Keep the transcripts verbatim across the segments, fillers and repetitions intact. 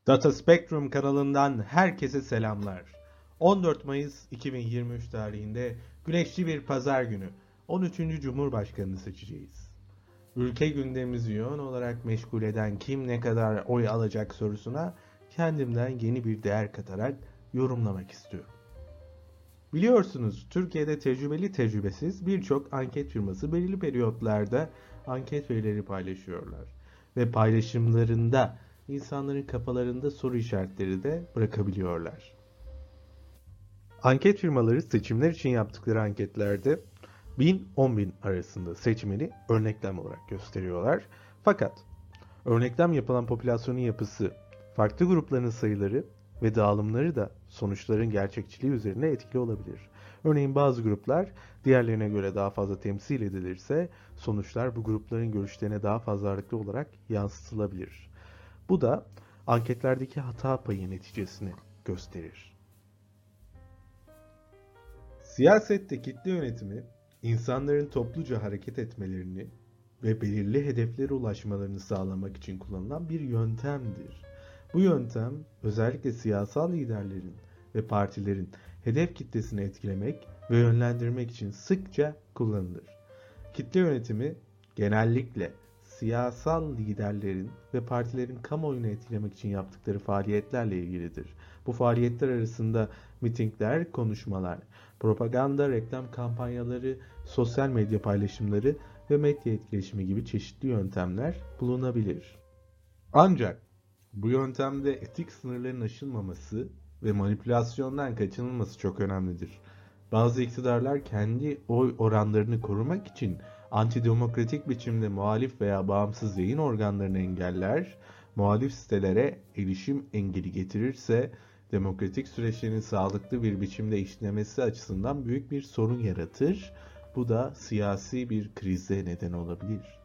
Data Spectrum kanalından herkese selamlar. on dört Mayıs iki bin yirmi üç tarihinde güneşli bir pazar günü on üçüncü Cumhurbaşkanını seçeceğiz. Ülke gündemimizi yoğun olarak meşgul eden kim ne kadar oy alacak sorusuna kendimden yeni bir değer katarak yorumlamak istiyorum. Biliyorsunuz Türkiye'de tecrübeli tecrübesiz birçok anket firması belirli periyotlarda anket verileri paylaşıyorlar. Ve paylaşımlarında insanların kafalarında soru işaretleri de bırakabiliyorlar. Anket firmaları seçimler için yaptıkları anketlerde bin on bin arasında seçmeni örneklem olarak gösteriyorlar. Fakat örneklem yapılan popülasyonun yapısı, farklı grupların sayıları ve dağılımları da sonuçların gerçekçiliği üzerine etkili olabilir. Örneğin bazı gruplar diğerlerine göre daha fazla temsil edilirse sonuçlar bu grupların görüşlerine daha fazla ağırlıklı olarak yansıtılabilir. Bu da anketlerdeki hata payı neticesini gösterir. Siyasette kitle yönetimi, insanların topluca hareket etmelerini ve belirli hedeflere ulaşmalarını sağlamak için kullanılan bir yöntemdir. Bu yöntem özellikle siyasal liderlerin ve partilerin hedef kitlesini etkilemek ve yönlendirmek için sıkça kullanılır. Kitle yönetimi genellikle siyasal liderlerin ve partilerin kamuoyunu etkilemek için yaptıkları faaliyetlerle ilgilidir. Bu faaliyetler arasında mitingler, konuşmalar, propaganda, reklam kampanyaları, sosyal medya paylaşımları ve medya etkileşimi gibi çeşitli yöntemler bulunabilir. Ancak bu yöntemde etik sınırların aşılmaması ve manipülasyondan kaçınılması çok önemlidir. Bazı iktidarlar kendi oy oranlarını korumak için antidemokratik biçimde muhalif veya bağımsız yayın organlarını engeller, muhalif sitelere erişim engeli getirirse demokratik süreçlerin sağlıklı bir biçimde işlemesi açısından büyük bir sorun yaratır. Bu da siyasi bir krize neden olabilir.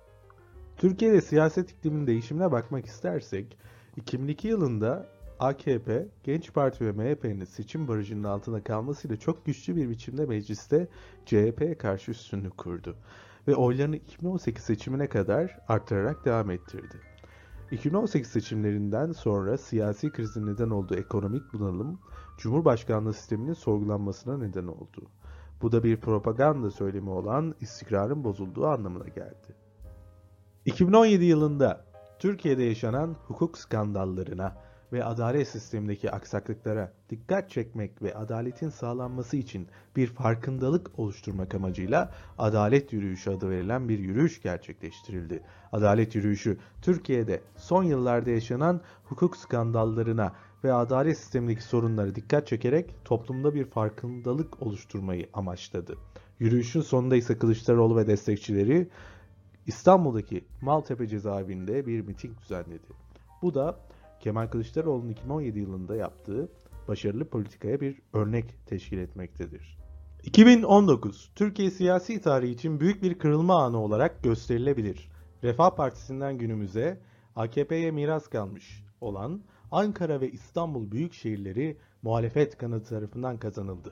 Türkiye'de siyaset ikliminin değişimine bakmak istersek, iki bin iki yılında A K P, Genç Parti ve M H P'nin seçim barajının altında kalmasıyla çok güçlü bir biçimde mecliste C H P'ye karşı üstünlük kurdu ve oylarını iki bin on sekiz seçimine kadar arttırarak devam ettirdi. iki bin on sekiz seçimlerinden sonra siyasi krizin neden olduğu ekonomik bunalım, Cumhurbaşkanlığı sisteminin sorgulanmasına neden oldu. Bu da bir propaganda söylemi olan istikrarın bozulduğu anlamına geldi. iki bin on yedi yılında Türkiye'de yaşanan hukuk skandallarına ve adalet sistemindeki aksaklıklara dikkat çekmek ve adaletin sağlanması için bir farkındalık oluşturmak amacıyla Adalet Yürüyüşü adı verilen bir yürüyüş gerçekleştirildi. Adalet Yürüyüşü, Türkiye'de son yıllarda yaşanan hukuk skandallarına ve adalet sistemindeki sorunlara dikkat çekerek toplumda bir farkındalık oluşturmayı amaçladı. Yürüyüşün sonunda ise Kılıçdaroğlu ve destekçileri İstanbul'daki Maltepe cezaevinde bir miting düzenledi. Bu da Kemal Kılıçdaroğlu'nun iki bin on yedi yılında yaptığı başarılı politikaya bir örnek teşkil etmektedir. iki bin on dokuz, Türkiye siyasi tarihi için büyük bir kırılma anı olarak gösterilebilir. Refah Partisi'nden günümüze A K P'ye miras kalmış olan Ankara ve İstanbul büyük şehirleri muhalefet kanadı tarafından kazanıldı.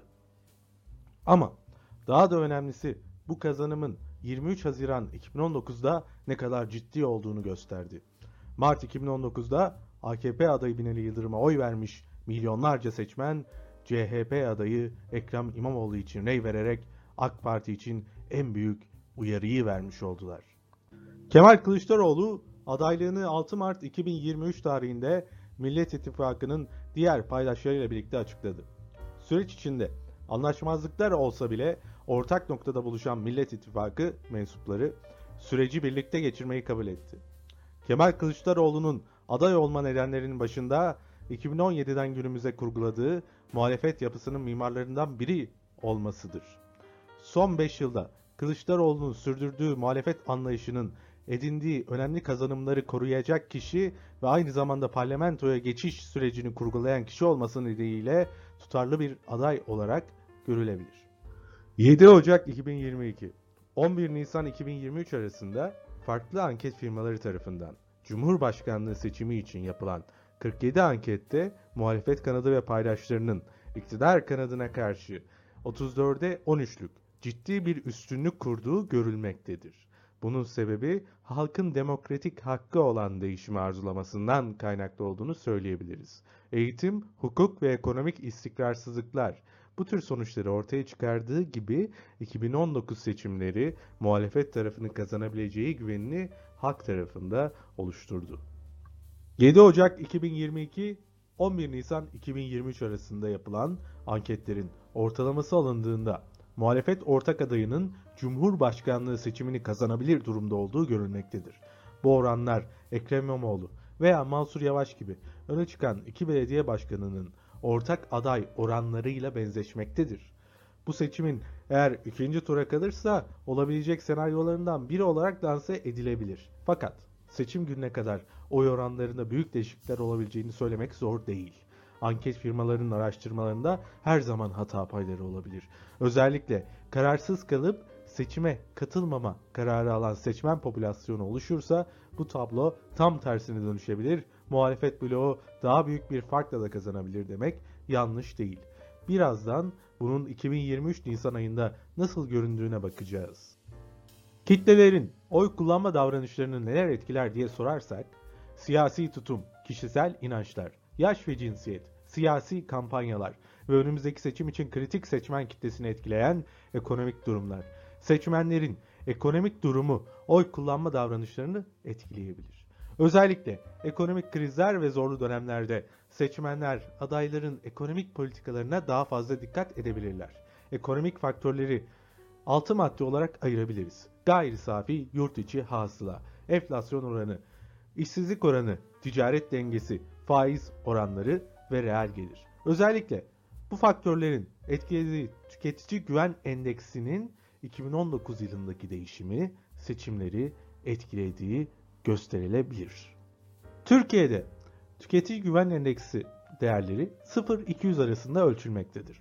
Ama daha da önemlisi bu kazanımın yirmi üç Haziran iki bin on dokuzda ne kadar ciddi olduğunu gösterdi. Mart iki bin on dokuzda A K P adayı Binali Yıldırım'a oy vermiş milyonlarca seçmen C H P adayı Ekrem İmamoğlu için rey vererek AK Parti için en büyük uyarıyı vermiş oldular. Kemal Kılıçdaroğlu adaylığını altı Mart iki bin yirmi üç tarihinde Millet İttifakı'nın diğer paydaşlarıyla birlikte açıkladı. Süreç içinde anlaşmazlıklar olsa bile ortak noktada buluşan Millet İttifakı mensupları süreci birlikte geçirmeyi kabul etti. Kemal Kılıçdaroğlu'nun aday olma nedenlerinin başında iki bin on yediden günümüze kurguladığı muhalefet yapısının mimarlarından biri olmasıdır. Son beş yılda Kılıçdaroğlu'nun sürdürdüğü muhalefet anlayışının edindiği önemli kazanımları koruyacak kişi ve aynı zamanda parlamentoya geçiş sürecini kurgulayan kişi olması nedeniyle tutarlı bir aday olarak görülebilir. yedi Ocak iki bin yirmi iki, on bir Nisan iki bin yirmi üç arasında farklı anket firmaları tarafından Cumhurbaşkanlığı seçimi için yapılan kırk yedi ankette muhalefet kanadı ve paydaşlarının iktidar kanadına karşı otuz dörde on üçlük ciddi bir üstünlük kurduğu görülmektedir. Bunun sebebi halkın demokratik hakkı olan değişimi arzulamasından kaynaklı olduğunu söyleyebiliriz. Eğitim, hukuk ve ekonomik istikrarsızlıklar bu tür sonuçları ortaya çıkardığı gibi iki bin on dokuz seçimleri muhalefet tarafının kazanabileceği güvenini halk tarafında oluşturdu. yedi Ocak iki bin yirmi iki on bir Nisan iki bin yirmi üç arasında yapılan anketlerin ortalaması alındığında muhalefet ortak adayının Cumhurbaşkanlığı seçimini kazanabilir durumda olduğu görülmektedir. Bu oranlar Ekrem İmamoğlu veya Mansur Yavaş gibi öne çıkan iki belediye başkanının ortak aday oranlarıyla benzeşmektedir. Bu seçimin eğer ikinci tura kalırsa olabilecek senaryolarından biri olarak lanse edilebilir. Fakat seçim gününe kadar oy oranlarında büyük değişiklikler olabileceğini söylemek zor değil. Anket firmalarının araştırmalarında her zaman hata payları olabilir. Özellikle kararsız kalıp seçime katılmama kararı alan seçmen popülasyonu oluşursa bu tablo tam tersine dönüşebilir. Muhalefet bloğu daha büyük bir farkla da kazanabilir demek yanlış değil. Birazdan bunun iki bin yirmi üç Nisan ayında nasıl göründüğüne bakacağız. Kitlelerin oy kullanma davranışlarını neler etkiler diye sorarsak, siyasi tutum, kişisel inançlar, yaş ve cinsiyet, siyasi kampanyalar ve önümüzdeki seçim için kritik seçmen kitlesini etkileyen ekonomik durumlar, seçmenlerin ekonomik durumu oy kullanma davranışlarını etkileyebilir. Özellikle ekonomik krizler ve zorlu dönemlerde seçmenler adayların ekonomik politikalarına daha fazla dikkat edebilirler. Ekonomik faktörleri altı madde olarak ayırabiliriz. Gayri safi yurt içi hasıla, enflasyon oranı, işsizlik oranı, ticaret dengesi, faiz oranları ve reel gelir. Özellikle bu faktörlerin etkilediği tüketici güven endeksinin iki bin on dokuz yılındaki değişimi seçimleri etkilediği gösterilebilir. Türkiye'de tüketici güven endeksi değerleri sıfır iki yüz arasında ölçülmektedir.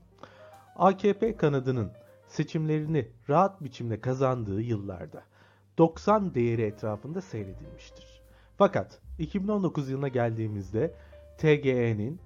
A K P kanadının seçimlerini rahat biçimde kazandığı yıllarda doksan değeri etrafında seyredilmiştir. Fakat iki bin on dokuz yılına geldiğimizde T G E'nin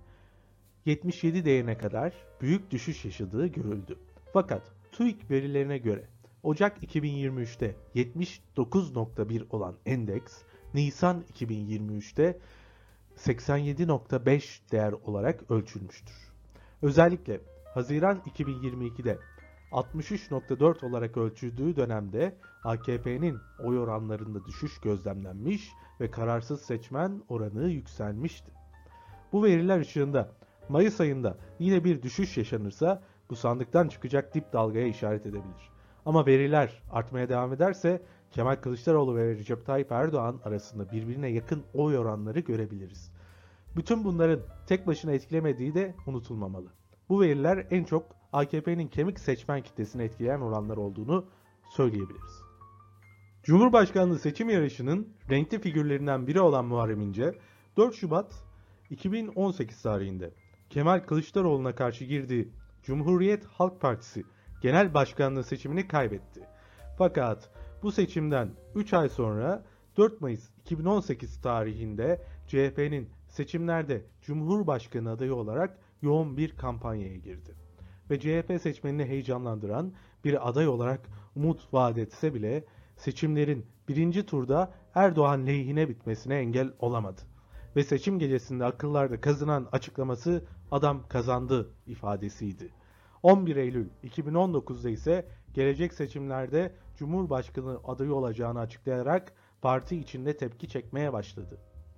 yetmiş yedi değerine kadar büyük düşüş yaşadığı görüldü. Fakat TÜİK verilerine göre Ocak iki bin yirmi üçte yetmiş dokuz nokta bir olan endeks Nisan iki bin yirmi üçte seksen yedi nokta beş değer olarak ölçülmüştür. Özellikle Haziran iki bin yirmi ikide altmış üç nokta dört olarak ölçüldüğü dönemde A K P'nin oy oranlarında düşüş gözlemlenmiş ve kararsız seçmen oranı yükselmişti. Bu veriler ışığında Mayıs ayında yine bir düşüş yaşanırsa bu sandıktan çıkacak dip dalgaya işaret edebilir. Ama veriler artmaya devam ederse Kemal Kılıçdaroğlu ve Recep Tayyip Erdoğan arasında birbirine yakın oy oranları görebiliriz. Bütün bunların tek başına etkilemediği de unutulmamalı. Bu veriler en çok A K P'nin kemik seçmen kitlesini etkileyen oranlar olduğunu söyleyebiliriz. Cumhurbaşkanlığı seçim yarışının renkli figürlerinden biri olan Muharrem İnce, dört Şubat iki bin on sekiz tarihinde Kemal Kılıçdaroğlu'na karşı girdiği Cumhuriyet Halk Partisi Genel Başkanlığı seçimini kaybetti. Fakat bu seçimden üç ay sonra dört Mayıs iki bin on sekiz tarihinde C H P'nin seçimlerde Cumhurbaşkanı adayı olarak yoğun bir kampanyaya girdi. Ve C H P seçmenini heyecanlandıran bir aday olarak umut vaat etse bile seçimlerin birinci turda Erdoğan lehine bitmesine engel olamadı. Ve seçim gecesinde akıllarda kazınan açıklaması adam kazandı ifadesiydi. on bir Eylül iki bin on dokuzda ise gelecek seçimlerde Cumhurbaşkanı adayı olacağını açıklayarak parti içinde tepki çekmeye başladı.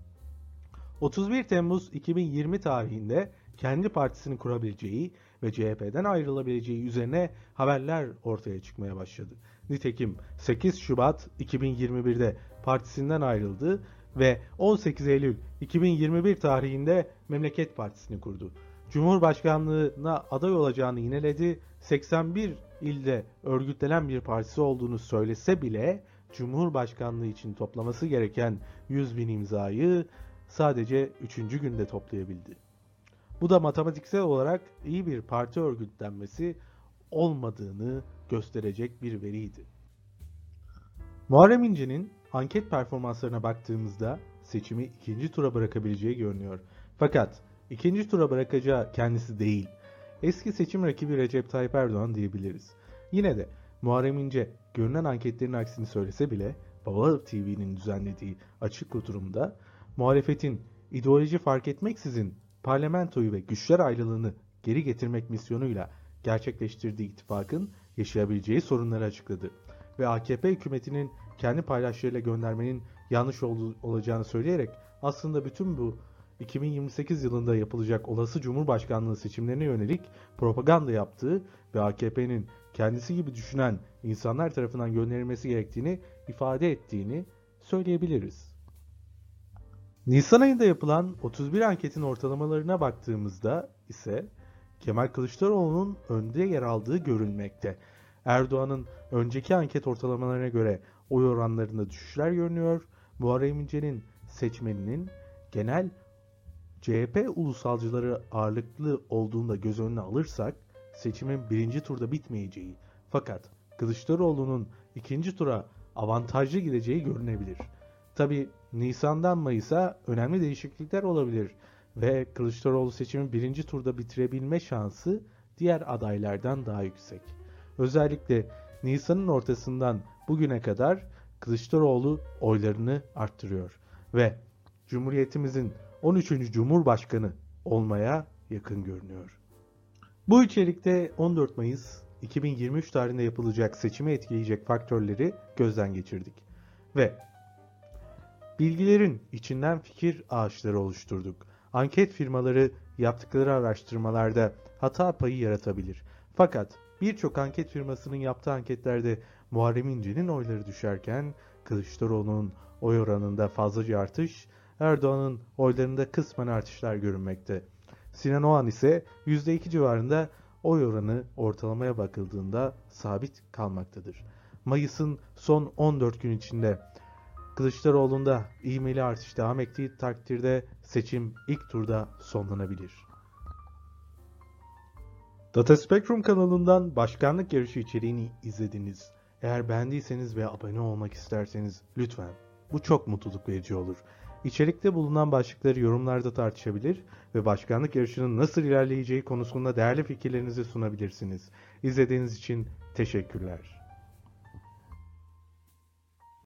otuz bir Temmuz iki bin yirmi tarihinde kendi partisini kurabileceği ve C H P'den ayrılabileceği üzerine haberler ortaya çıkmaya başladı. Nitekim sekiz Şubat iki bin yirmi birde partisinden ayrıldı ve on sekiz Eylül iki bin yirmi bir tarihinde Memleket Partisi'ni kurdu. Cumhurbaşkanlığına aday olacağını yineledi. seksen bir ilde örgütlenen bir partisi olduğunu söylese bile Cumhurbaşkanlığı için toplaması gereken yüz bin imzayı sadece üçüncü günde toplayabildi. Bu da matematiksel olarak iyi bir parti örgütlenmesi olmadığını gösterecek bir veriydi. Muharrem İnce'nin anket performanslarına baktığımızda seçimi ikinci tura bırakabileceği görünüyor. Fakat ikinci tura bırakacağı kendisi değil, eski seçim rakibi Recep Tayyip Erdoğan diyebiliriz. Yine de Muharrem İnce görünen anketlerin aksini söylese bile Baba T V'nin düzenlediği açık oturumda muhalefetin ideoloji fark etmeksizin parlamentoyu ve güçler ayrılığını geri getirmek misyonuyla gerçekleştirdiği ittifakın yaşayabileceği sorunları açıkladı ve A K P hükümetinin kendi paydaşlarıyla göndermenin yanlış ol- olacağını söyleyerek aslında bütün bu iki bin yirmi sekiz yılında yapılacak olası Cumhurbaşkanlığı seçimlerine yönelik propaganda yaptığı ve A K P'nin kendisi gibi düşünen insanlar tarafından gönderilmesi gerektiğini ifade ettiğini söyleyebiliriz. Nisan ayında yapılan otuz bir anketin ortalamalarına baktığımızda ise Kemal Kılıçdaroğlu'nun önde yer aldığı görülmekte. Erdoğan'ın önceki anket ortalamalarına göre oy oranlarında düşüşler görünüyor. Muharrem İnce'nin seçmeninin genel C H P ulusalcıları ağırlıklı olduğunda göz önüne alırsak seçimin birinci turda bitmeyeceği fakat Kılıçdaroğlu'nun ikinci tura avantajlı gideceği görünebilir. Tabi Nisan'dan Mayıs'a önemli değişiklikler olabilir ve Kılıçdaroğlu seçimin birinci turda bitirebilme şansı diğer adaylardan daha yüksek. Özellikle Nisan'ın ortasından bugüne kadar Kılıçdaroğlu oylarını arttırıyor ve Cumhuriyetimizin on üçüncü Cumhurbaşkanı olmaya yakın görünüyor. Bu içerikte on dört Mayıs iki bin yirmi üç tarihinde yapılacak seçimi etkileyecek faktörleri gözden geçirdik ve bilgilerin içinden fikir ağaçları oluşturduk. Anket firmaları yaptıkları araştırmalarda hata payı yaratabilir. Fakat birçok anket firmasının yaptığı anketlerde Muharrem İnce'nin oyları düşerken Kılıçdaroğlu'nun oy oranında fazlaca artış, Erdoğan'ın oylarında kısmen artışlar görünmekte. Sinan Oğan ise yüzde iki civarında oy oranı ortalamaya bakıldığında sabit kalmaktadır. Mayıs'ın son on dört gün içinde Kılıçdaroğlu'nda ivmeli artış devam ettiği takdirde seçim ilk turda sonlanabilir. Data Spectrum kanalından başkanlık yarışı içeriğini izlediniz. Eğer beğendiyseniz ve abone olmak isterseniz lütfen. Bu çok mutluluk verici olur. İçerikte bulunan başlıkları yorumlarda tartışabilir ve başkanlık yarışının nasıl ilerleyeceği konusunda değerli fikirlerinizi sunabilirsiniz. İzlediğiniz için teşekkürler.